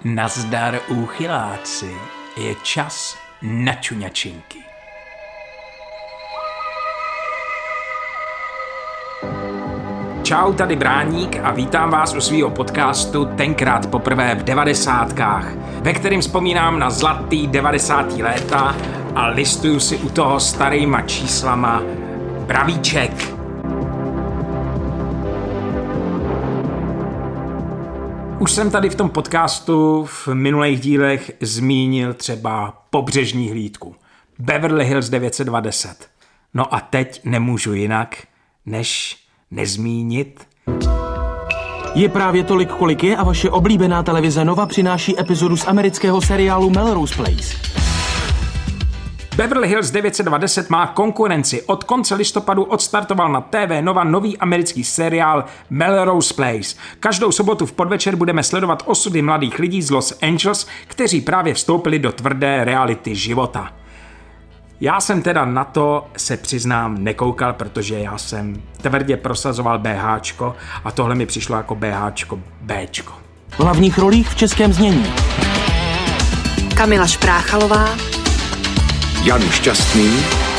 Nazdar úchyláci, je čas na čuňačinky. Čau, tady Bráník a vítám vás u svýho podcastu Tenkrát poprvé v 90kách, ve kterým vzpomínám na zlatý 90. léta a listuju si u toho starýma číslama bravíček. Už jsem tady v tom podcastu v minulých dílech zmínil třeba Pobřežní hlídku, Beverly Hills 920. No a teď nemůžu jinak, než nezmínit. Je právě tolik, kolik je a vaše oblíbená televize Nova přináší epizodu z amerického seriálu Melrose Place. Beverly Hills 920 má konkurenci. Od konce listopadu odstartoval na TV Nova nový americký seriál Melrose Place. Každou sobotu v podvečer budeme sledovat osudy mladých lidí z Los Angeles, kteří právě vstoupili do tvrdé reality života. Já jsem teda na to, se přiznám, nekoukal, protože já jsem tvrdě prosazoval BHčko a tohle mi přišlo jako BHčko Bčko. V hlavních rolích v českém znění Kamila Špráchalová, Jan Šťastný.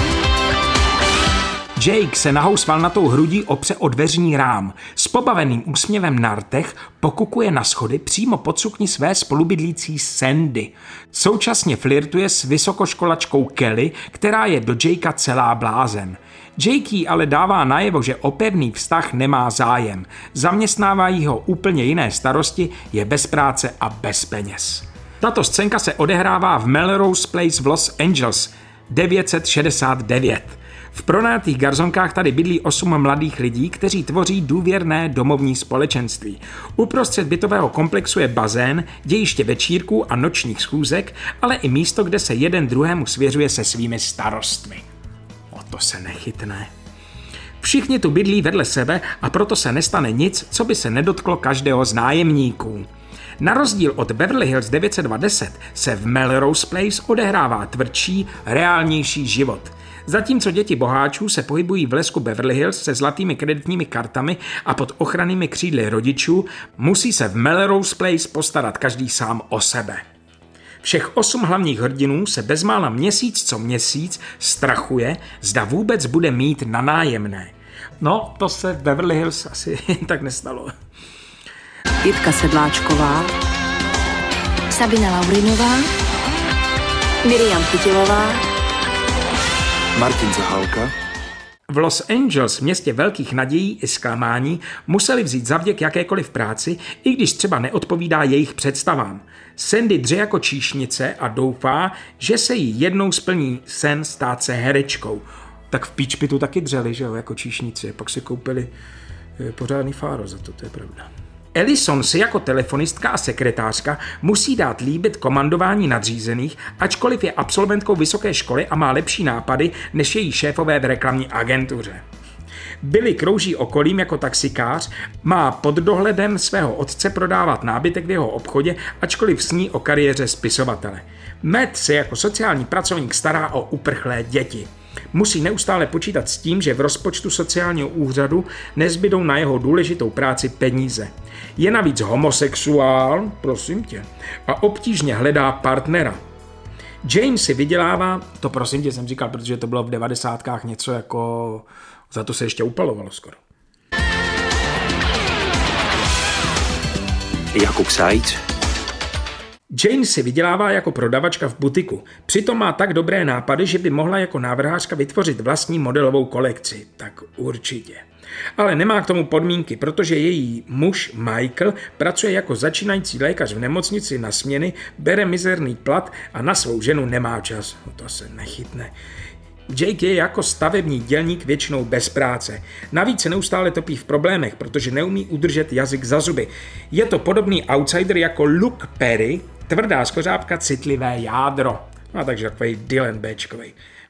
Jake se nahousval na tou hrudí opře o dveřní rám. S pobaveným úsměvem na rtech pokukuje na schody přímo pod sukni své spolubydlící Sandy. Současně flirtuje s vysokoškolačkou Kelly, která je do Jakea celá blázen. Jake jí ale dává najevo, že o pevný vztah nemá zájem. Zaměstnávají ho úplně jiné starosti, je bez práce a bez peněz. Tato scénka se odehrává v Melrose Place v Los Angeles 969. V pronajatých garzonkách tady bydlí 8 mladých lidí, kteří tvoří důvěrné domovní společenství. Uprostřed bytového komplexu je bazén, dějiště večírků a nočních schůzek, ale i místo, kde se jeden druhému svěřuje se svými starostmi. O to se nechytne. Všichni tu bydlí vedle sebe a proto se nestane nic, co by se nedotklo každého z nájemníků. Na rozdíl od Beverly Hills 920 se v Melrose Place odehrává tvrdší, reálnější život. Zatímco děti boháčů se pohybují v lesku Beverly Hills se zlatými kreditními kartami a pod ochrannými křídly rodičů, musí se v Melrose Place postarat každý sám o sebe. Všech 8 hlavních hrdinů se bezmála měsíc co měsíc strachuje, zda vůbec bude mít na nájemné. No, to se v Beverly Hills asi tak nestalo. Jitka Sedláčková, Sabina Laurinová, Miriam Chytilová, Martin Zahálka. V Los Angeles, městě velkých nadějí i zklamání, museli vzít zavděk jakékoliv práci, i když třeba neodpovídá jejich představám. Sandy dře jako číšnice a doufá, že se jí jednou splní sen stát se herečkou. Tak v Peach Pitu taky dřeli, že jo, jako číšnici, pak si koupili pořádný fáro za to je pravda. Ellison si jako telefonistka a sekretářka musí dát líbit komandování nadřízených, ačkoliv je absolventkou vysoké školy a má lepší nápady než její šéfové v reklamní agentuře. Billy krouží okolím jako taxikář, má pod dohledem svého otce prodávat nábytek v jeho obchodě, ačkoliv sní o kariéře spisovatele. Matt se jako sociální pracovník stará o uprchlé děti. Musí neustále počítat s tím, že v rozpočtu sociálního úřadu nezbydou na jeho důležitou práci peníze. Je navíc homosexuál, prosím tě, a obtížně hledá partnera. Jane si vydělává, to prosím tě jsem říkal, protože to bylo v 90kách něco jako, za to se ještě upalovalo skoro. Jakub Sajc. Jane si vydělává jako prodavačka v butiku. Přitom má tak dobré nápady, že by mohla jako návrhářka vytvořit vlastní modelovou kolekci. Tak určitě. Ale nemá k tomu podmínky, protože její muž Michael pracuje jako začínající lékař v nemocnici na směny, bere mizerný plat a na svou ženu nemá čas. To se nechytne. Jake je jako stavební dělník většinou bez práce. Navíc se neustále topí v problémech, protože neumí udržet jazyk za zuby. Je to podobný outsider jako Luke Perry, tvrdá skořápka, citlivé jádro. No takže takový Dylan Bčkovej.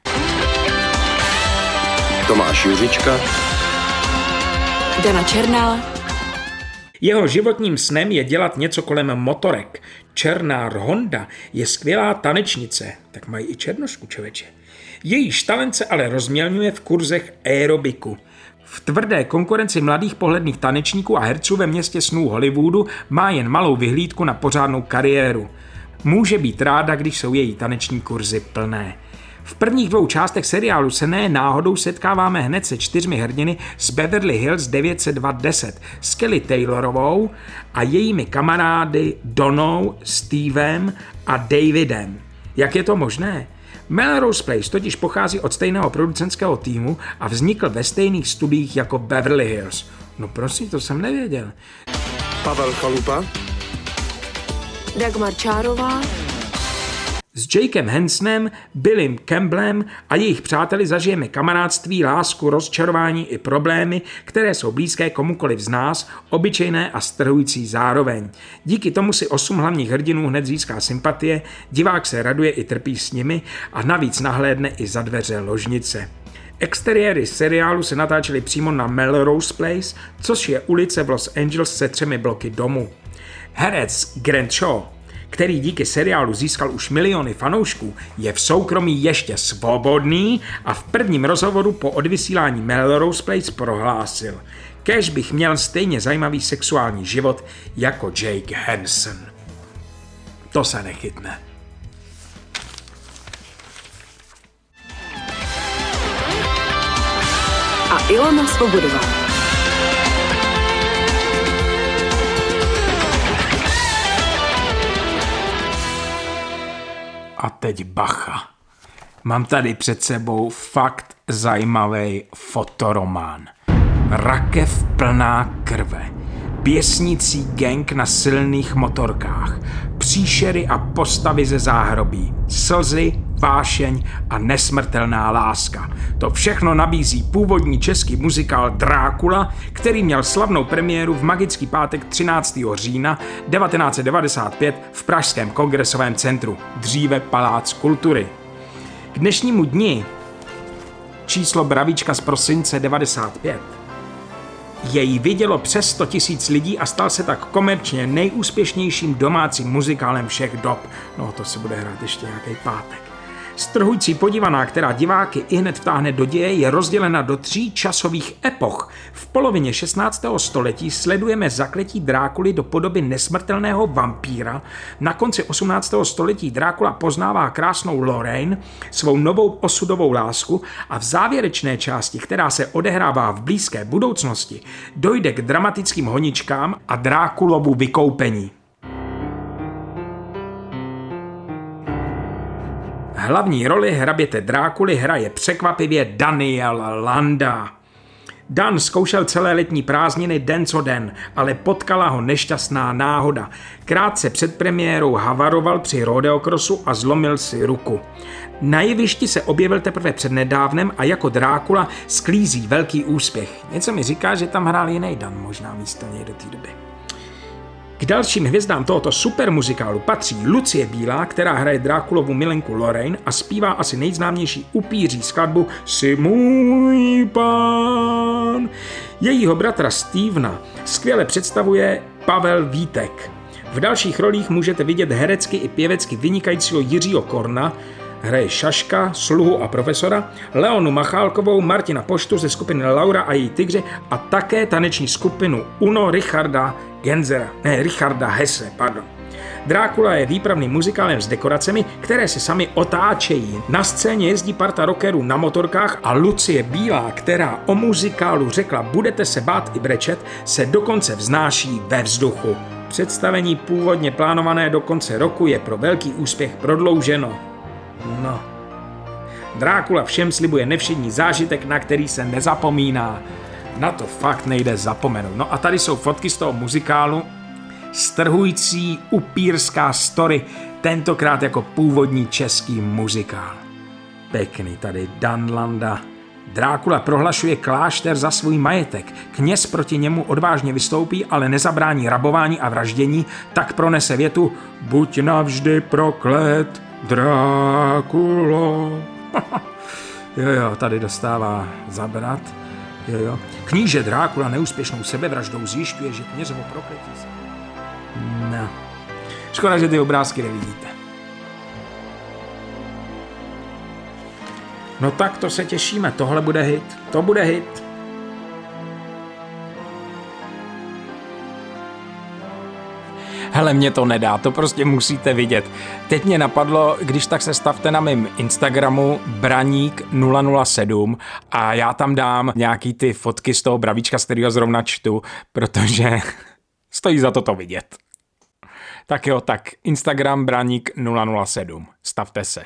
Tomáš Juřička. Dana Černá. Jeho životním snem je dělat něco kolem motorek. Černá Honda je skvělá tanečnice, tak mají i černošku, člověče. Její talent se ale rozmělňuje v kurzech aerobiku. V tvrdé konkurenci mladých pohledných tanečníků a herců ve městě snů Hollywoodu má jen malou vyhlídku na pořádnou kariéru. Může být ráda, když jsou její taneční kurzy plné. V prvních 2 částech seriálu se ne náhodou setkáváme hned se 4 hrdiny z Beverly Hills 90210 s Kelly Taylorovou a jejími kamarády Donnou, Stevem a Davidem. Jak je to možné? Melrose Place totiž pochází od stejného producentského týmu a vznikl ve stejných studiích jako Beverly Hills. No prosím, to jsem nevěděl. Pavel Chalupa. Dagmar Čárová. S Jakem Hensonem, Billem Campbellem a jejich přáteli zažijeme kamarádství, lásku, rozčarování i problémy, které jsou blízké komukoliv z nás, obyčejné a strhující zároveň. Díky tomu si 8 hlavních hrdinů hned získá sympatie, divák se raduje i trpí s nimi a navíc nahlédne i za dveře ložnice. Exteriéry seriálu se natáčely přímo na Melrose Place, což je ulice v Los Angeles se 3 bloky domů. Herec Grant Shaw, který díky seriálu získal už miliony fanoušků, je v soukromí ještě svobodný a v prvním rozhovoru po odvysílání Melrose Place prohlásil: kéž bych měl stejně zajímavý sexuální život jako Jake Henson. To se nechytne. A Ilona Svobodová. A teď bacha. Mám tady před sebou fakt zajímavý fotoromán. Rakev plná krve. Běsnící gang na silných motorkách. Příšery a postavy ze záhrobí. Slzy, vášeň a nesmrtelná láska. To všechno nabízí původní český muzikál Drákula, který měl slavnou premiéru v magický pátek 13. října 1995 v pražském kongresovém centru, dříve Palác kultury. K dnešnímu dni, číslo Bravíčka z prosince 95, jej vidělo přes 100 000 lidí a stal se tak komerčně nejúspěšnějším domácím muzikálem všech dob. No, to se bude hrát ještě nějaký pátek. Strhující podívaná, která diváky ihned vtáhne do děje, je rozdělena do 3 časových epoch. V polovině 16. století sledujeme zakletí Drákuly do podoby nesmrtelného vampíra. Na konci 18. století Drákula poznává krásnou Lorraine, svou novou osudovou lásku, a v závěrečné části, která se odehrává v blízké budoucnosti, dojde k dramatickým honičkám a Drákulovu vykoupení. Hlavní roli hraběte Drákuly hraje překvapivě Daniel Landa. Dan zkoušel celé letní prázdniny den co den, ale potkala ho nešťastná náhoda. Krátce před premiérou havaroval při rodeokrosu a zlomil si ruku. Na jevišti se objevil teprve přednedávnem a jako Drákula sklízí velký úspěch. Něco mi říká, že tam hrál jiný Dan, možná místo něj do té doby. K dalším hvězdám tohoto supermuzikálu patří Lucie Bílá, která hraje Drákulovu milenku Lorraine a zpívá asi nejznámější upíří skladbu Jsi můj pán. Jejího bratra Stevena skvěle představuje Pavel Vítek. V dalších rolích můžete vidět herecky i pěvecky vynikajícího Jiřího Korna, hraje Šaška, sluhu a profesora, Leonu Machálkovou, Martina Poštu ze skupiny Laura a její tygři a také taneční skupinu Uno Richarda Hesse. Drákula je výpravným muzikálem s dekoracemi, které se sami otáčejí. Na scéně jezdí parta rockerů na motorkách a Lucie Bílá, která o muzikálu řekla budete se bát i brečet, se dokonce vznáší ve vzduchu. Představení původně plánované do konce roku je pro velký úspěch prodlouženo. No. Drákula všem slibuje nevšední zážitek, na který se nezapomíná. Na to fakt nejde zapomenout. No a tady jsou fotky z toho muzikálu. Strhující upírská story, tentokrát jako původní český muzikál. Pěkný tady Dan Landa. Drákula prohlašuje klášter za svůj majetek. Kněz proti němu odvážně vystoupí, ale nezabrání rabování a vraždění, tak pronese větu buď navždy proklet, Drákulo. Jo, tady dostává zabrat. Jo. Kníže Drákula neúspěšnou sebevraždou zjišťuje, že knězovo prokletí se... No. Škoda, že ty obrázky nevidíte. No tak to se těšíme, tohle bude hit. To bude hit. Hele, mě to nedá, to prostě musíte vidět. Teď mě napadlo, když tak se stavte na mém Instagramu Braník007 a já tam dám nějaký ty fotky z toho Bravíčka, z kterého zrovna čtu, protože stojí za to vidět. Tak jo, tak Instagram Braník007. Stavte se.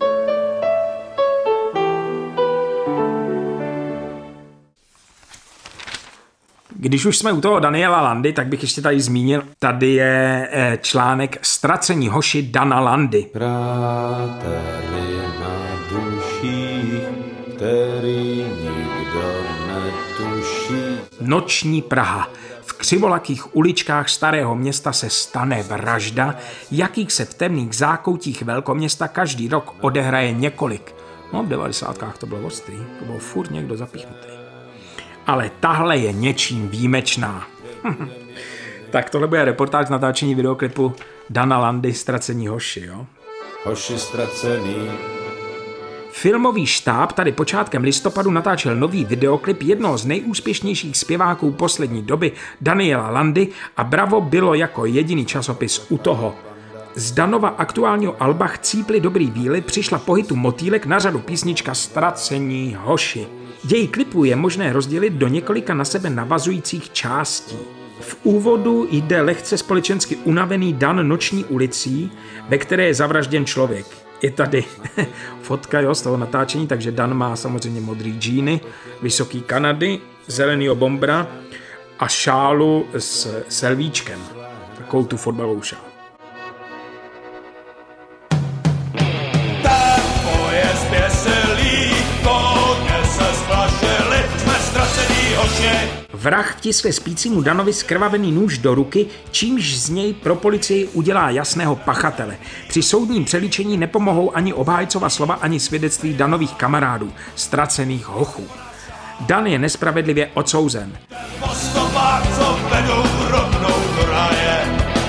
Když už jsme u toho Daniela Landy, tak bych ještě tady zmínil, tady je článek Ztracení hoši Dana Landy. Krátery na duších, který nikdo netuší. Noční Praha. V křivolakých uličkách starého města se stane vražda, jakých se v temných zákoutích velkoměsta každý rok odehraje několik. No, v 90kách to bylo ostrý, to bylo furt někdo zapíchnutý. Ale tahle je něčím výjimečná. Tak tohle bude reportáž z natáčení videoklipu Dana Landy Ztracení hoši, jo? Hoši ztracený. Filmový štáb tady počátkem listopadu natáčel nový videoklip jednoho z nejúspěšnějších zpěváků poslední doby, Daniela Landy, a Bravo bylo jako jediný časopis u toho. Z Danova aktuálního alba Chcípli dobrý víly přišla po hitu Motýlek na řadu písnička Ztracení hoši. Děj klipu je možné rozdělit do několika na sebe navazujících částí. V úvodu jde lehce společensky unavený Dan noční ulicí, ve které je zavražděn člověk. Je tady fotka, jo, z toho natáčení, takže Dan má samozřejmě modrý džíny, vysoký kanady, zelenýho bombra a šálu s selvíčkem. Takovou tu fotbalovou šálu. Vrah vtiskne spícímu Danovi skrvavený nůž do ruky, čímž z něj pro policii udělá jasného pachatele. Při soudním přelíčení nepomohou ani obhájcova slova, ani svědectví Danových kamarádů, ztracených hochů. Dan je nespravedlivě odsouzen. Po stopách, co vedou rovnou do ráje.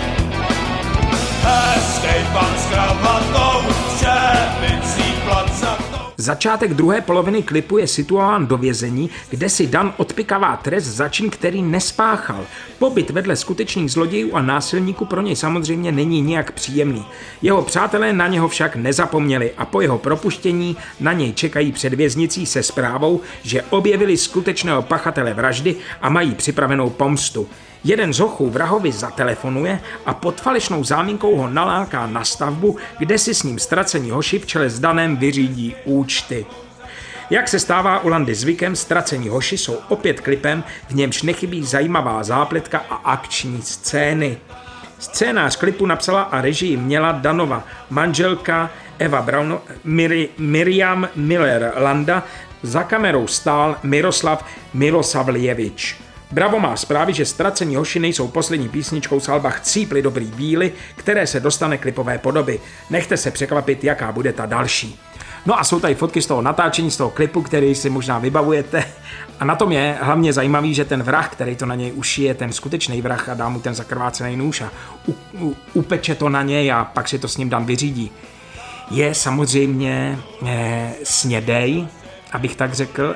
Hezkej pan s kravatou, šépicí plat za to. Začátek druhé poloviny klipu je situován do vězení, kde si Dan odpykává trest za čin, který nespáchal. Pobyt vedle skutečných zlodějů a násilníků pro něj samozřejmě není nijak příjemný. Jeho přátelé na něho však nezapomněli a po jeho propuštění na něj čekají před věznicí se zprávou, že objevili skutečného pachatele vraždy a mají připravenou pomstu. Jeden z hochů vrahovi zatelefonuje a pod falešnou záminkou ho naláká na stavbu, kde si s ním ztracení hoši v čele s Danem vyřídí účty. Jak se stává u Landy zvykem, Ztracení hoši jsou opět klipem, v němž nechybí zajímavá zápletka a akční scény. Scénář klipu napsala a režii měla Danova manželka Eva Braun, Miriam Miller Landa, za kamerou stál Miroslav Milosavljevič. Bravo má zprávy, že Ztracení hoši nejsou poslední písničkou z alba Chcípli dobrý víly, které se dostane klipové podoby. Nechte se překvapit, jaká bude ta další. No a jsou tady fotky z toho natáčení, z toho klipu, který si možná vybavujete. A na tom je hlavně zajímavý, že ten vrah, který to na něj ušije, ten skutečný vrah a dá mu ten zakrvácený nůž a upeče to na něj a pak si to s ním Dan vyřídí. Je samozřejmě snědej, abych tak řekl.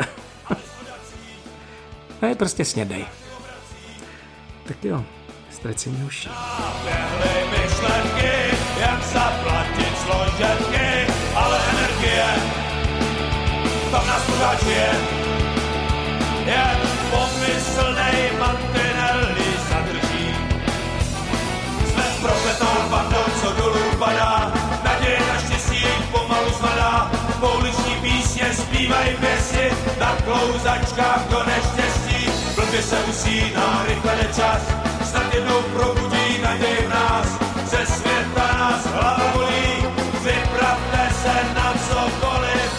To je prostě snědej. Tak jo, Ztracení hoši. Běhly myšlenky, jak zaplatit složenky, ale energie, tam nás pořád žije. Jen pomyslnej mantinely zadrží. Jsme prokletou bandou, co dolů padá, naděje na štěstí pomalu zmladá. Pouliční písně zpívají pěsni, na klouzačkách do neštěstí. Blbě se usíná, rychle jde čas, snad jednou probudí naději v nás. Ze světa nás hlava bolí, připravte se na cokoliv.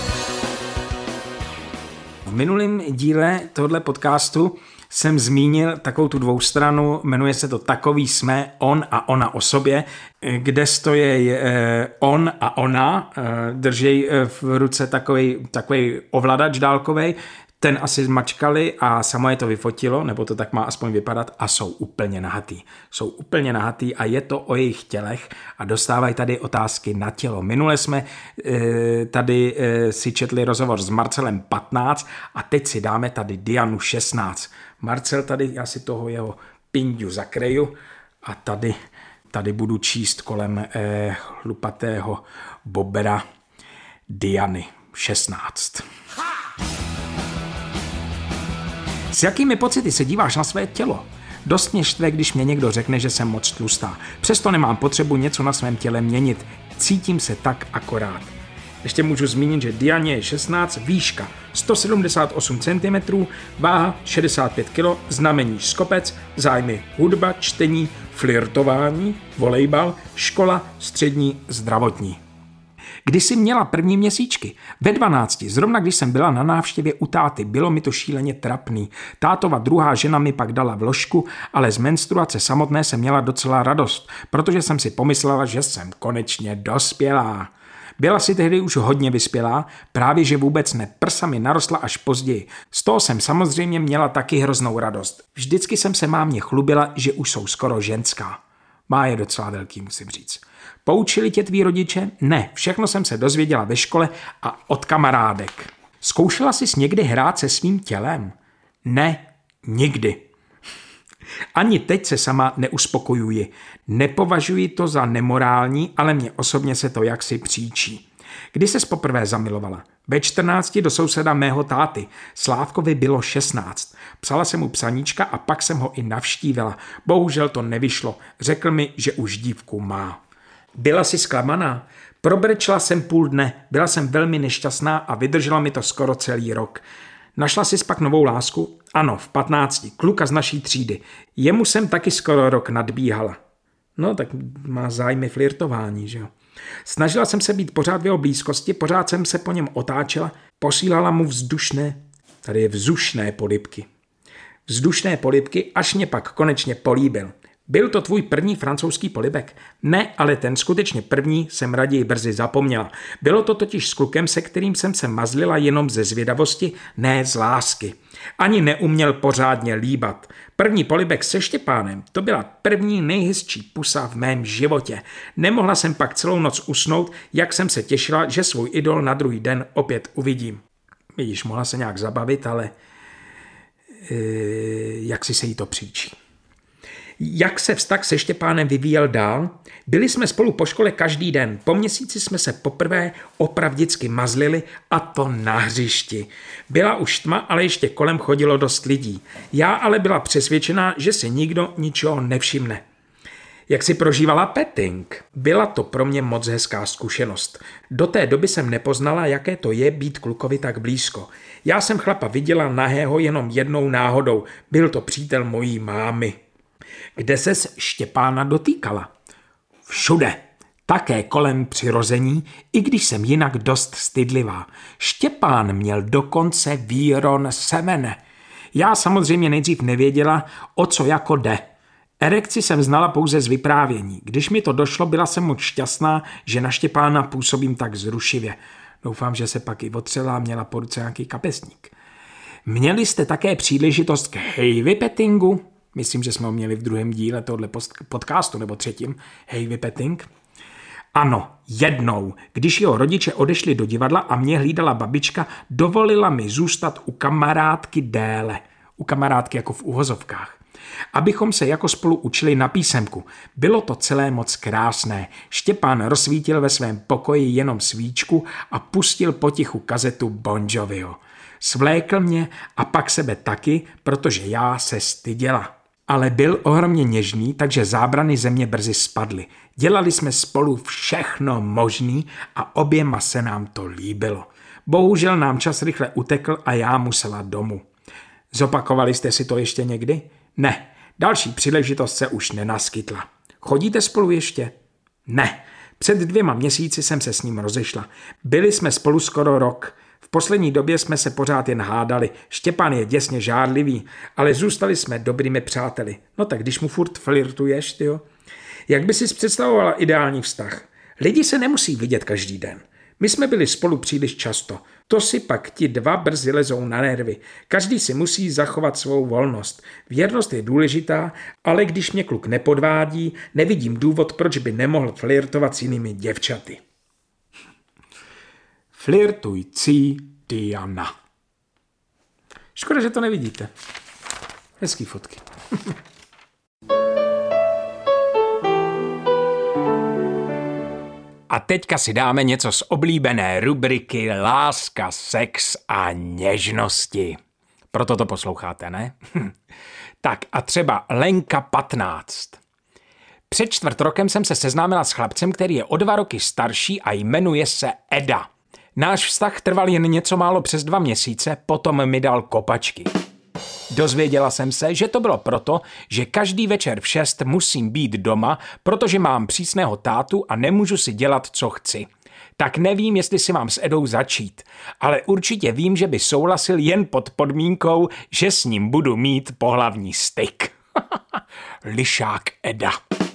V minulém díle tohle podcastu jsem zmínil takovou tu dvoustranu, jmenuje se to Takový jsme, on a ona o sobě, kde stojí on a ona, drží v ruce takový ovladač dálkovej, ten asi zmačkali a samo je to vyfotilo, nebo to tak má aspoň vypadat, a jsou úplně nahatý. Jsou úplně nahatý a je to o jejich tělech a dostávají tady otázky na tělo. Minule jsme tady si četli rozhovor s Marcelem 15 a teď si dáme tady Dianu 16. Marcel tady, já si toho jeho pindu zakreju a tady tady budu číst kolem chlupatého bobera Diany 16. S jakými pocity se díváš na své tělo? Dost mě štve, když mě někdo řekne, že jsem moc tlustá. Přesto nemám potřebu něco na svém těle měnit. Cítím se tak akorát. Ještě můžu zmínit, že Dianě je 16, výška 178 cm, váha 65 kg, znamení skopec, zájmy hudba, čtení, flirtování, volejbal, škola, střední, zdravotní. Když jsi měla první měsíčky? Ve 12, zrovna když jsem byla na návštěvě u táty, bylo mi to šíleně trapný. Tátova druhá žena mi pak dala vložku, ale z menstruace samotné jsem měla docela radost, protože jsem si pomyslela, že jsem konečně dospělá. Byla si tehdy už hodně vyspělá, právě že vůbec ne, prsa mi narostla až později. Z toho jsem samozřejmě měla taky hroznou radost. Vždycky jsem se mámě chlubila, že už jsou skoro ženská. Má je docela velký, musím říct. Poučili tě tví rodiče? Ne, všechno jsem se dozvěděla ve škole a od kamarádek. Zkoušela jsi někdy hrát se svým tělem? Ne, nikdy. Ani teď se sama neuspokojuji. Nepovažuji to za nemorální, ale mně osobně se to jaksi příčí. Kdy ses poprvé zamilovala? Ve 14 do souseda mého táty. Slávkovi bylo 16. Psala jsem mu psaníčka a pak jsem ho i navštívila. Bohužel to nevyšlo. Řekl mi, že už dívku má. Byla jsi zklamaná? Probrečela jsem půl dne. Byla jsem velmi nešťastná a vydržela mi to skoro celý rok. Našla jsi pak novou lásku? Ano, v 15. Kluka z naší třídy. Jemu jsem taky skoro rok nadbíhala. No, tak má zájmy flirtování, že jo. Snažila jsem se být pořád v jeho blízkosti, pořád jsem se po něm otáčela, posílala mu vzdušné polibky. Vzdušné polibky, až mě pak konečně políbil. Byl to tvůj první francouzský polibek? Ne, ale ten skutečně první jsem raději brzy zapomněla. Bylo to totiž s klukem, se kterým jsem se mazlila jenom ze zvědavosti, ne z lásky. Ani neuměl pořádně líbat. První polibek se Štěpánem, to byla první nejhezčí pusa v mém životě. Nemohla jsem pak celou noc usnout, jak jsem se těšila, že svůj idol na druhý den opět uvidím. Vidíš, mohla se nějak zabavit, ale jak si se jí to příčí. Jak se vztah se Štěpánem vyvíjel dál? Byli jsme spolu po škole každý den. Po měsíci jsme se poprvé opravdicky mazlili, a to na hřišti. Byla už tma, ale ještě kolem chodilo dost lidí. Já ale byla přesvědčená, že si nikdo ničeho nevšimne. Jak si prožívala petting? Byla to pro mě moc hezká zkušenost. Do té doby jsem nepoznala, jaké to je být klukovi tak blízko. Já jsem chlapa viděla nahého jenom jednou náhodou. Byl to přítel mojí mámy. Kde ses Štěpána dotýkala? Všude. Také kolem přirození, i když jsem jinak dost stydlivá. Štěpán měl dokonce výron semene. Já samozřejmě nejdřív nevěděla, o co jako jde. Erekci jsem znala pouze z vyprávění. Když mi to došlo, byla jsem moc šťastná, že na Štěpána působím tak zrušivě. Doufám, že se pak i otřela a měla po ruce nějaký kapesník. Měli jste také příležitost k heavy pettingu? Myslím, že jsme ho měli v druhém díle tohle podcastu, nebo třetím, heavy petting. Ano, jednou, když jeho rodiče odešli do divadla a mě hlídala babička, dovolila mi zůstat u kamarádky déle. U kamarádky jako v uvozovkách. Abychom se jako spolu učili na písemku. Bylo to celé moc krásné. Štěpán rozsvítil ve svém pokoji jenom svíčku a pustil potichu kazetu Bon Joviho. Svlékl mě a pak sebe taky, protože já se styděla. Ale byl ohromně něžný, takže zábrany ze mě brzy spadly. Dělali jsme spolu všechno možný a oběma se nám to líbilo. Bohužel nám čas rychle utekl a já musela domů. Zopakovali jste si to ještě někdy? Ne, další příležitost se už nenaskytla. Chodíte spolu ještě? Ne, před 2 měsíci jsem se s ním rozešla. Byli jsme spolu skoro rok. V poslední době jsme se pořád jen hádali. Štěpán je děsně žárlivý, ale zůstali jsme dobrými přáteli. No tak když mu furt flirtuješ, tyjo. Jak by si představovala ideální vztah? Lidi se nemusí vidět každý den. My jsme byli spolu příliš často. To si pak ti dva brzy lezou na nervy. Každý si musí zachovat svou volnost. Věrnost je důležitá, ale když mě kluk nepodvádí, nevidím důvod, proč by nemohl flirtovat s jinými děvčaty. Flirtující Diana. Škoda, že to nevidíte. Hezký fotky. A teďka si dáme něco z oblíbené rubriky Láska, sex a něžnosti. Proto to posloucháte, ne? Tak a třeba Lenka 15. Před 4 rokem jsem se seznámila s chlapcem, který je o 2 roky starší a jmenuje se Eda. Náš vztah trval jen něco málo přes 2 měsíce, potom mi dal kopačky. Dozvěděla jsem se, že to bylo proto, že každý večer v 6 musím být doma, protože mám přísného tátu a nemůžu si dělat, co chci. Tak nevím, jestli si mám s Edou začít, ale určitě vím, že by souhlasil jen pod podmínkou, že s ním budu mít pohlavní styk. Lišák Eda.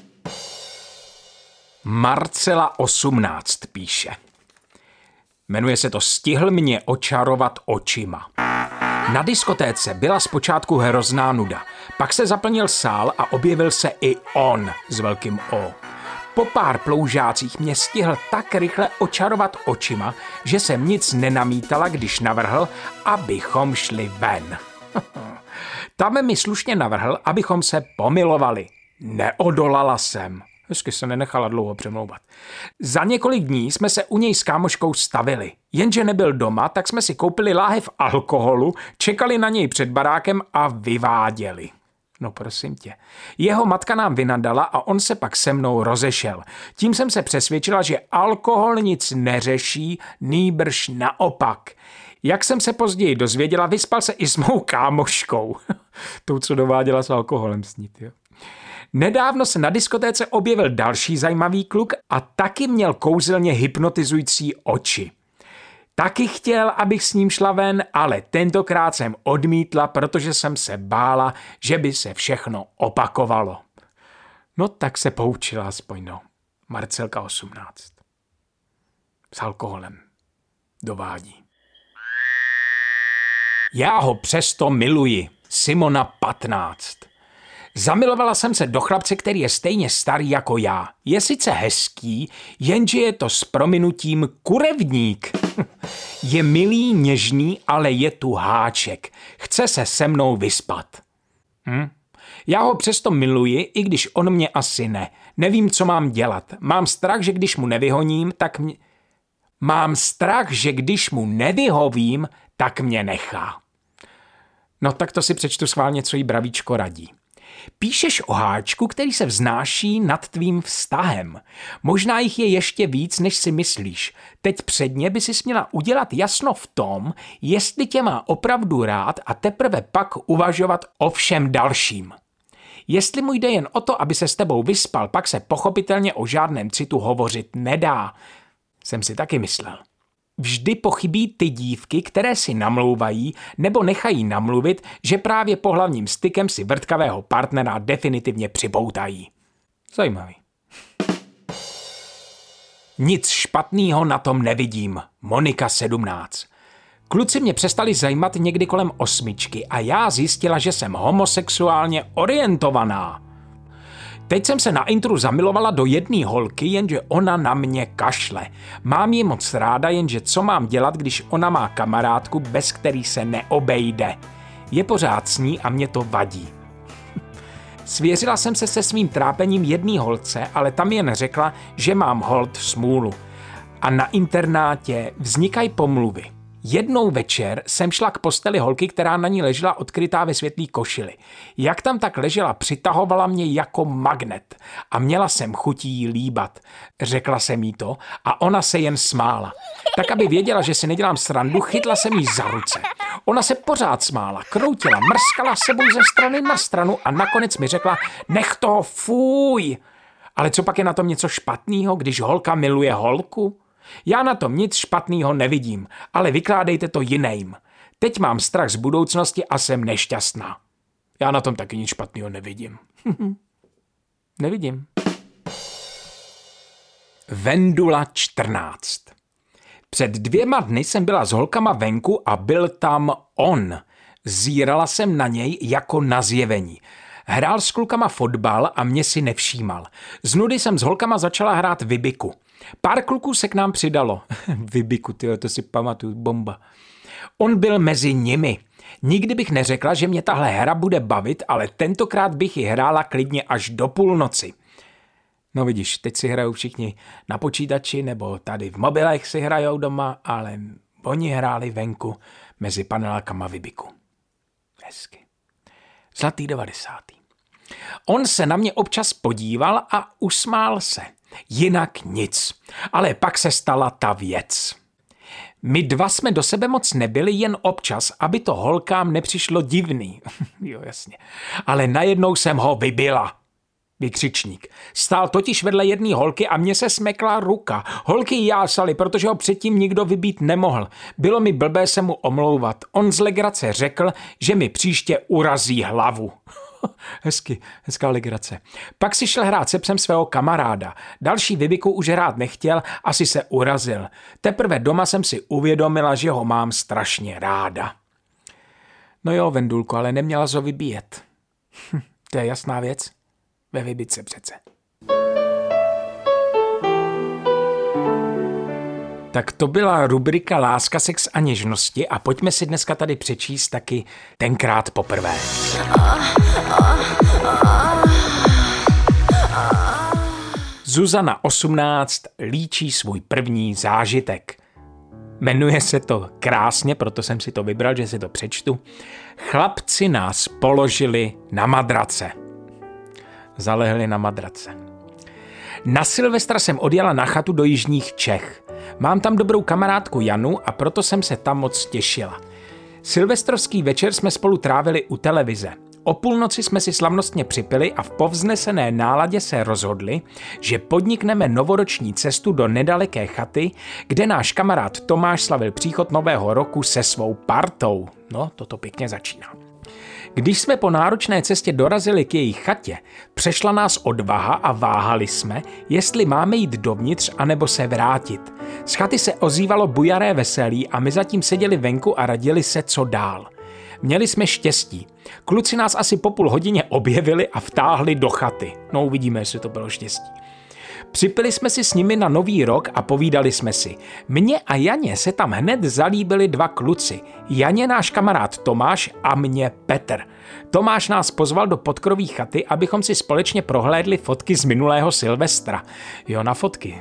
Marcela 18 píše. Jmenuje se to Stihl mě očarovat očima. Na diskotéce byla zpočátku hrozná nuda. Pak se zaplnil sál a objevil se i on s velkým O. Po pár ploužácích mě stihl tak rychle očarovat očima, že jsem nic nenamítala, když navrhl, abychom šli ven. Tam mi slušně navrhl, abychom se pomilovali. Neodolala jsem. Hezky se nenechala dlouho přemlouvat. Za několik dní jsme se u něj s kámoškou stavili. Jenže nebyl doma, tak jsme si koupili láhev alkoholu, čekali na něj před barákem a vyváděli. No prosím tě. Jeho matka nám vynadala a on se pak se mnou rozešel. Tím jsem se přesvědčila, že alkohol nic neřeší, nýbrž naopak. Jak jsem se později dozvěděla, vyspal se i s mou kámoškou. Tou, co dováděla s alkoholem snít, jo. Nedávno se na diskotéce objevil další zajímavý kluk a taky měl kouzelně hypnotizující oči. Taky chtěl, abych s ním šla ven, ale tentokrát jsem odmítla, protože jsem se bála, že by se všechno opakovalo. No tak se poučila aspoň, no. Marcelka 18. S alkoholem. Dovádí. Já ho přesto miluji. Simona 15. Zamilovala jsem se do chlapce, který je stejně starý jako já. Je sice hezký, jenže je to s prominutím kurevník. Je milý, něžný, ale je tu háček. Chce se se mnou vyspat. Já ho přesto miluji, i když on mě asi ne. Nevím, co mám dělat. Mám strach, že když mu nevyhoním, tak mě nechá. No tak to si přečtu schválně, co jí Bravíčko radí. Píšeš o háčku, který se vznáší nad tvým vztahem. Možná jich je ještě víc, než si myslíš. Teď předně by si měla udělat jasno v tom, jestli tě má opravdu rád a teprve pak uvažovat o všem dalším. Jestli mu jde jen o to, aby se s tebou vyspal, pak se pochopitelně o žádném citu hovořit nedá. Jsem si taky myslel. Vždy pochybí ty dívky, které si namlouvají nebo nechají namluvit, že právě pohlavním stykem si vrtkavého partnera definitivně připoutají. Zajímavý. Nic špatného na tom nevidím. Monika 17. Kluci mě přestali zajímat někdy kolem 8 a já zjistila, že jsem homosexuálně orientovaná. Teď jsem se na intru zamilovala do jedné holky, jenže ona na mě kašle. Mám ji moc ráda, jenže co mám dělat, když ona má kamarádku, bez který se neobejde. Je pořád s ní a mě to vadí. Svěřila jsem se svým trápením jedné holce, ale tam jen řekla, že mám holt smůlu. A na internátě vznikají pomluvy. Jednou večer jsem šla k posteli holky, která na ní ležela odkrytá ve světlý košili. Jak tam tak ležela, přitahovala mě jako magnet a měla jsem chutí jí líbat. Řekla jsem jí to a ona se jen smála. Tak, aby věděla, že si nedělám srandu, chytla jsem jí za ruce. Ona se pořád smála, kroutila, mrskala sebou ze strany na stranu a nakonec mi řekla, nech toho, fuj. Ale co pak je na tom něco špatného, když holka miluje holku? Já na tom nic špatného nevidím, ale vykládejte to jiným. Teď mám strach z budoucnosti a jsem nešťastná. Já na tom taky nic špatného nevidím. Nevidím. Vendula 14. Před 2 dny jsem byla s holkama venku a byl tam on. Zírala jsem na něj jako na zjevení. Hrál s klukama fotbal a mě si nevšímal. Z nudy jsem s holkama začala hrát Vibiku. Pár kluků se k nám přidalo. Vibiku, tyjo, to si pamatuju, bomba. On byl mezi nimi. Nikdy bych neřekla, že mě tahle hra bude bavit, ale tentokrát bych ji hrála klidně až do půlnoci. No vidíš, teď si hrajou všichni na počítači nebo tady v mobilech si hrajou doma, ale oni hráli venku mezi panelákama Vybiku. Hezky. Zlatý 90. On se na mě občas podíval a usmál se. Jinak nic. Ale pak se stala ta věc. My dva jsme do sebe moc nebyli, jen občas, aby to holkám nepřišlo divný. Jo, jasně. Ale najednou jsem ho vybila. Vykřičník. Stál totiž vedle jedné holky a mně se smekla ruka. Holky jásaly, protože ho předtím nikdo vybít nemohl. Bylo mi blbé se mu omlouvat. On z legrace řekl, že mi příště urazí hlavu. Hezky, hezká legrace. Pak si šel hrát se psem svého kamaráda. Další Vybiku už hrát nechtěl, asi se urazil. Teprve doma jsem si uvědomila, že ho mám strašně ráda. No jo, Vendulko, ale neměla ho vybíjet. To je jasná věc. Ve Vybice přece. Tak to byla rubrika Láska, sex a něžnosti a pojďme si dneska tady přečíst taky Tenkrát poprvé. Zuzana 18 líčí svůj první zážitek. Jmenuje se to krásně, proto jsem si to vybral, že si to přečtu. Chlapci nás položili na madrace. Zalehli na madrace. Na Silvestra jsem odjela na chatu do jižních Čech. Mám tam dobrou kamarádku Janu a proto jsem se tam moc těšila. Silvestrovský večer jsme spolu trávili u televize. O půlnoci jsme si slavnostně připili a v povznesené náladě se rozhodli, že podnikneme novoroční cestu do nedaleké chaty, kde náš kamarád Tomáš slavil příchod nového roku se svou partou. No, toto pěkně začíná. Když jsme po náročné cestě dorazili k jejich chatě, přešla nás odvaha a váhali jsme, jestli máme jít dovnitř anebo se vrátit. Z chaty se ozývalo bujaré veselí a my zatím seděli venku a radili se, co dál. Měli jsme štěstí. Kluci nás asi po půl hodině objevili a vtáhli do chaty. No uvidíme, jestli to bylo štěstí. Připili jsme si s nimi na Nový rok a povídali jsme si. Mně a Janě se tam hned zalíbili dva kluci. Janě náš kamarád Tomáš a mě Petr. Tomáš nás pozval do podkroví chaty, abychom si společně prohlédli fotky z minulého Silvestra. Jo, na fotky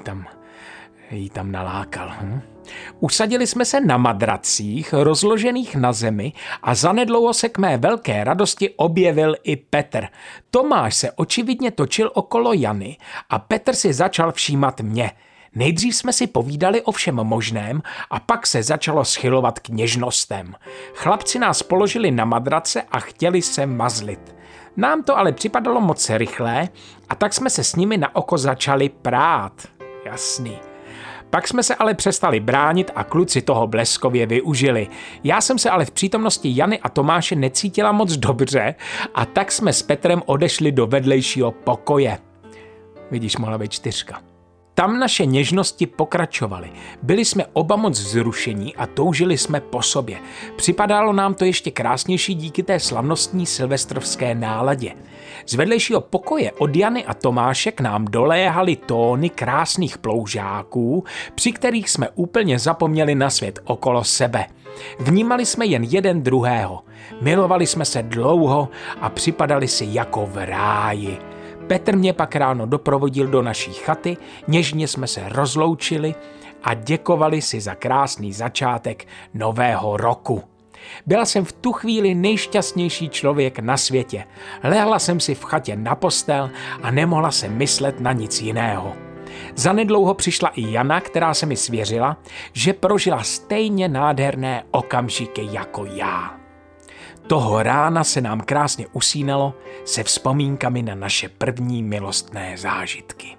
jí tam nalákal. Usadili jsme se na madracích, rozložených na zemi a zanedlouho se k mé velké radosti objevil i Petr. Tomáš se očividně točil okolo Jany a Petr si začal všímat mě. Nejdřív jsme si povídali o všem možném a pak se začalo schylovat k něžnostem. Chlapci nás položili na madrace a chtěli se mazlit. Nám to ale připadalo moc rychlé a tak jsme se s nimi na oko začali prát. Jasný. Pak jsme se ale přestali bránit a kluci toho bleskově využili. Já jsem se ale v přítomnosti Jany a Tomáše necítila moc dobře a tak jsme s Petrem odešli do vedlejšího pokoje. Vidíš, mohla být 4. Tam naše něžnosti pokračovaly. Byli jsme oba moc vzrušení a toužili jsme po sobě. Připadalo nám to ještě krásnější díky té slavnostní silvestrovské náladě. Z vedlejšího pokoje od Jany a Tomáše k nám doléhaly tóny krásných ploužáků, při kterých jsme úplně zapomněli na svět okolo sebe. Vnímali jsme jen jeden druhého. Milovali jsme se dlouho a připadali si jako v ráji. Petr mě pak ráno doprovodil do naší chaty, něžně jsme se rozloučili a děkovali si za krásný začátek nového roku. Byla jsem v tu chvíli nejšťastnější člověk na světě. Lehla jsem si v chatě na postel a nemohla jsem myslet na nic jiného. Zanedlouho přišla i Jana, která se mi svěřila, že prožila stejně nádherné okamžiky jako já. Toho rána se nám krásně usínalo se vzpomínkami na naše první milostné zážitky.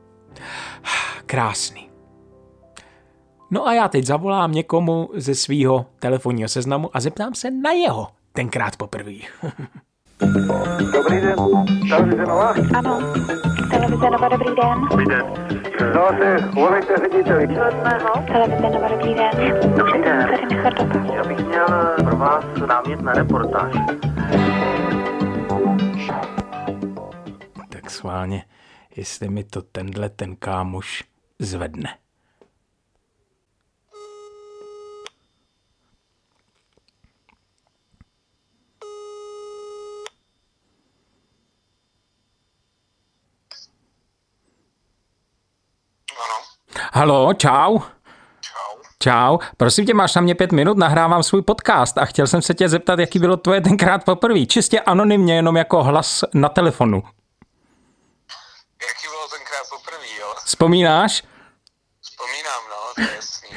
Krásný. No a já teď zavolám někomu ze svýho telefonního seznamu a zeptám se na jeho tenkrát poprvé. Dobrý den, televize Nova? Ano, televize Nova, dobrý den. Dobrý den. No, volejte řediteli. Televize Nova, dobrý den. Dobrý den. Tady Michal. Já bych měl pro vás námět na reportáž. Tak schválně, jestli mi to ten kámoš zvedne. Halo, čau. Čau, prosím tě, máš na mě 5 minut, nahrávám svůj podcast a chtěl jsem se tě zeptat, jaký bylo tvoje tenkrát poprvé. Čistě anonymně, jenom jako hlas na telefonu. Jaký bylo tenkrát poprvé, jo? Vzpomínáš? Vzpomínám, no, to je jasný.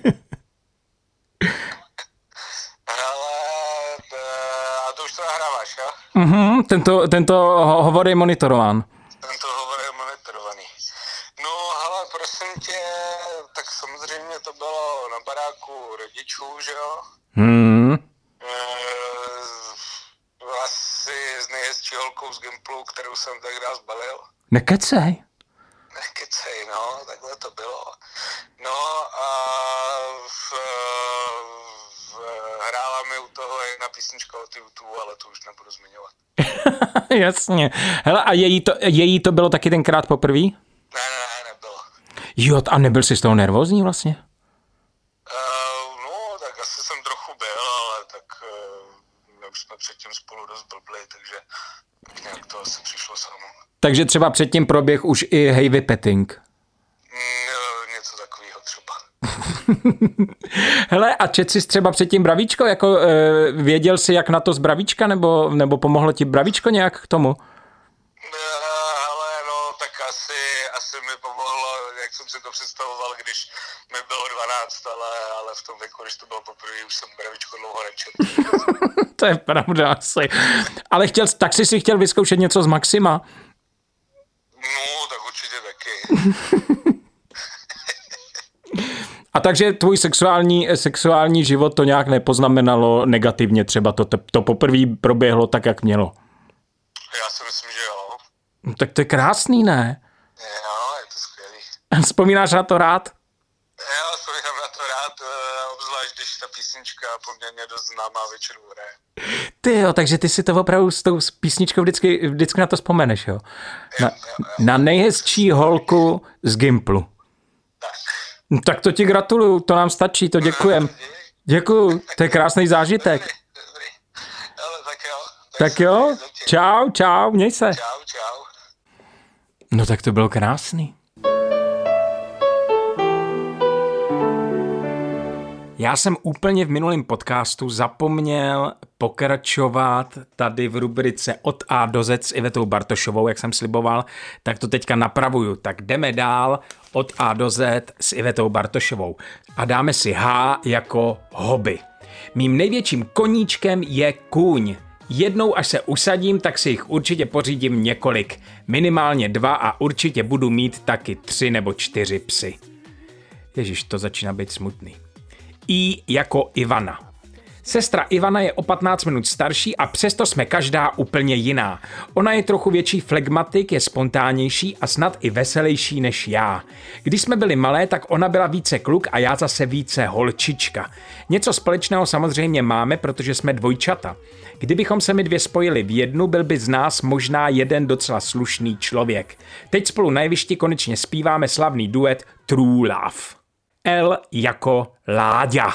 Ale a to už to nahráváš, jo? Tento hovor je monitorován. Tento hovor je monitorovaný. No, hele, prosím tě, tak samozřejmě to bylo na baráku rodičů, že jo? Asi s nejhezčí holkou z Gimplu, kterou jsem tehdy zbalil. Nekecej, no, takhle to bylo. No a hrála mi u toho jedna písnička od YouTube, ale to už nebudu zmiňovat. Jasně. Hele, a její to bylo taky tenkrát poprvé? Ne, nebylo. Jo, a nebyl jsi z toho nervózní vlastně? No, tak asi jsem trochu byl, ale tak už jsme předtím spolu dost blbli, takže nějak to asi přišlo samo. Takže třeba předtím proběh už i heavy petting. Něco takového třeba. Hele, a čet jsi třeba předtím bravíčko? Jako věděl jsi, jak na to z bravíčka, nebo pomohlo ti bravíčko nějak k tomu? Hele, no, tak asi mi pomohlo, jak jsem si to představoval, když mi bylo 12, ale v tom věku, když to bylo poprvé, už jsem bravíčko dlouho nečetl. To je pravda asi. Ale tak jsi si chtěl vyzkoušet něco z Maxima? No, tak určitě taky. A takže tvůj sexuální život to nějak nepoznamenalo negativně, třeba to poprvé proběhlo tak, jak mělo? Já si myslím, že jo. Tak to je krásný, ne? Jo, je to skvělý. Vzpomínáš na to rád? Já vzpomínám na to rád, obzvlášť když ta písnička poměrně dost známá většinu hraje. Ty jo, takže ty si to opravdu s tou písničkou vždycky na to vzpomeneš, jo? Na nejhezčí holku z Gimplu. Tak to ti gratuluju, to nám stačí, to děkujem. Děkuju, to je krásný zážitek. Dobrý. Ale tak jo, čau, měj se. Čau. No tak to bylo krásný. Já jsem úplně v minulém podcastu zapomněl pokračovat tady v rubrice Od A do Z s Ivetou Bartošovou, jak jsem sliboval, tak to teďka napravuju. Tak jdeme dál Od A do Z s Ivetou Bartošovou a dáme si H jako hobby. Mým největším koníčkem je kůň. Jednou, až se usadím, tak si jich určitě pořídím několik. Minimálně 2 a určitě budu mít taky 3 nebo 4 psy. Ježiš, to začíná být smutný. I jako Ivana. Sestra Ivana je o 15 minut starší a přesto jsme každá úplně jiná. Ona je trochu větší flegmatik, je spontánnější a snad i veselější než já. Když jsme byli malé, tak ona byla více kluk a já zase více holčička. Něco společného samozřejmě máme, protože jsme dvojčata. Kdybychom se my dvě spojili v jednu, byl by z nás možná jeden docela slušný člověk. Teď spolu na jevišti konečně zpíváme slavný duet True Love. L jako Láďa.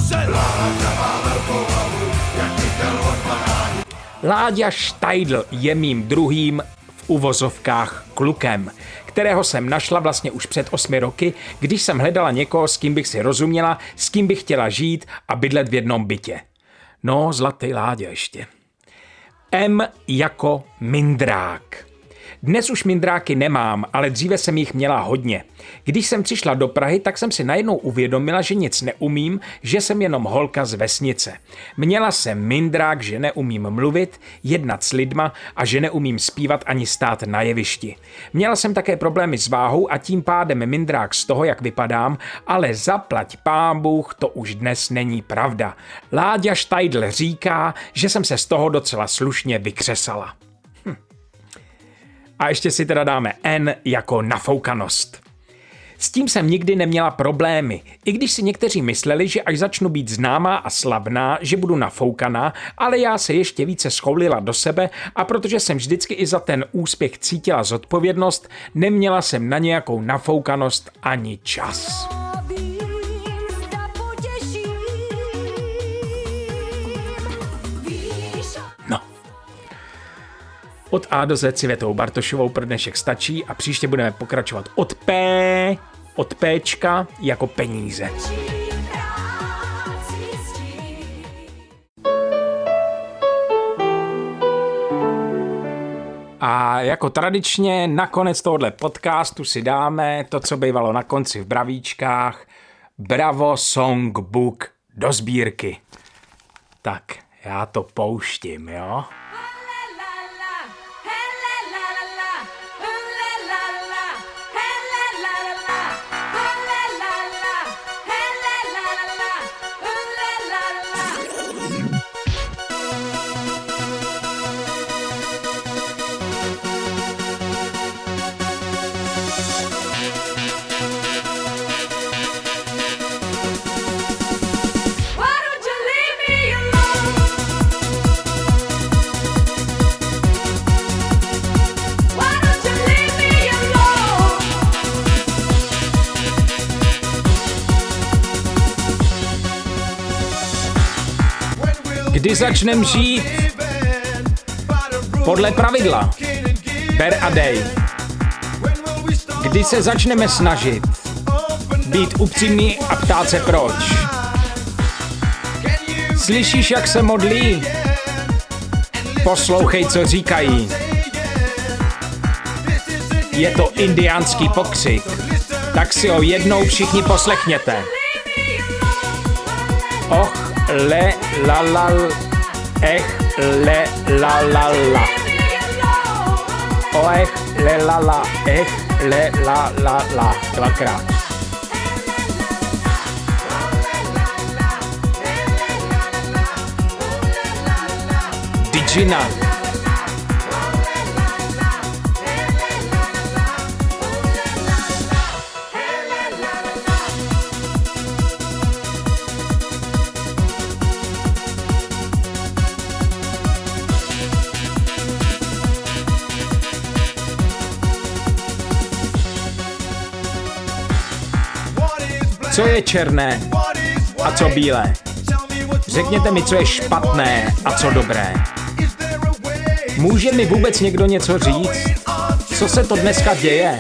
Láďa Štajdl je mým druhým v uvozovkách klukem, kterého jsem našla vlastně už před 8 roky, když jsem hledala někoho, s kým bych si rozuměla, s kým bych chtěla žít a bydlet v jednom bytě. No, zlatý Láďa ještě. M jako mindrák. Dnes už mindráky nemám, ale dříve jsem jich měla hodně. Když jsem přišla do Prahy, tak jsem si najednou uvědomila, že nic neumím, že jsem jenom holka z vesnice. Měla jsem mindrák, že neumím mluvit, jednat s lidma a že neumím zpívat ani stát na jevišti. Měla jsem také problémy s váhou a tím pádem mindrák z toho, jak vypadám, ale zaplať pán Bůh, to už dnes není pravda. Láďa Štajdl říká, že jsem se z toho docela slušně vykřesala. A ještě si teda dáme N jako nafoukanost. S tím jsem nikdy neměla problémy, i když si někteří mysleli, že až začnu být známá a slavná, že budu nafoukaná, ale já se ještě více schoulila do sebe a protože jsem vždycky i za ten úspěch cítila zodpovědnost, neměla jsem na nějakou nafoukanost ani čas. No. Od A do Z s Ivetou Bartošovou pro dnešek stačí a příště budeme pokračovat od P od Péčka jako peníze. A jako tradičně nakonec tohohle podcastu si dáme to, co bývalo na konci v Bravíčkách, Bravo Songbook do sbírky. Tak já to pouštím, jo? Kdy začnem žít podle pravidla ber a dej. Kdy se začneme snažit být upřímný a ptát se proč. Slyšíš, jak se modlí? Poslouchej, co říkají. Je to indiánský pokřik, tak si ho jednou všichni poslechněte. Och, le, la, la, le, la, la, la. Oech, le, la, la, le, la, la, la. Dvakrát. Digina. Co je černé a co bílé? Řekněte mi, co je špatné a co dobré. Může mi vůbec někdo něco říct? Co se to dneska děje?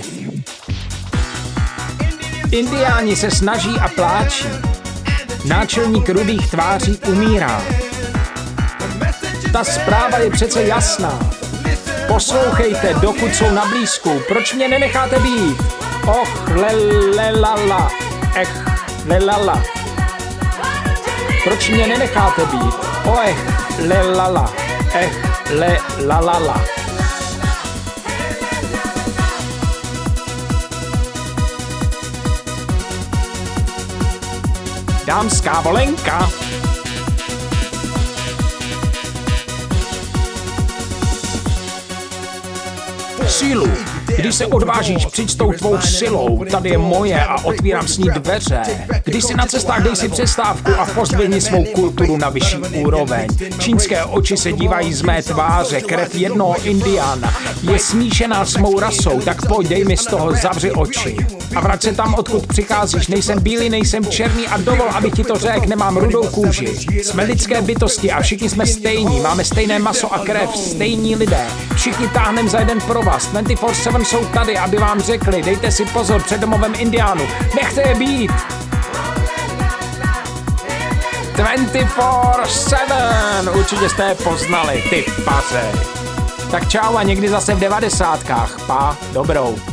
Indiáni se snaží a pláčí. Náčelník rudých tváří umírá. Ta zpráva je přece jasná. Poslouchejte, dokud jsou na blízku. Proč mě nenecháte být? Och, lelala, lelala. Proč mě nenecháte být? Oech, lelala, lelalala. Dámská volenka. Sílu. Když se odvážíš, přijď s tou tvou silou, tady je moje a otvírám s ní dveře. Když jsi na cestách, dej si přestávku a pozdvihni svou kulturu na vyšší úroveň. Čínské oči se dívají z mé tváře, krev jednoho Indiána je smíšená s mou rasou, tak pojď, dej mi z toho, zavři oči. A vrať se tam, odkud přicházíš, nejsem bílý, nejsem černý a dovol, abych ti to řekl, nemám rudou kůži. Jsme lidské bytosti a všichni jsme stejní, máme stejné maso a krev, stejní lidé. Všichni táhneme za jeden provaz, 24/7 jsou tady, aby vám řekli, dejte si pozor před domovem Indiánů, nechte je být. 24/7, určitě jste je poznali, ty paře. Tak čau a někdy zase v 90kách, pa, dobrou.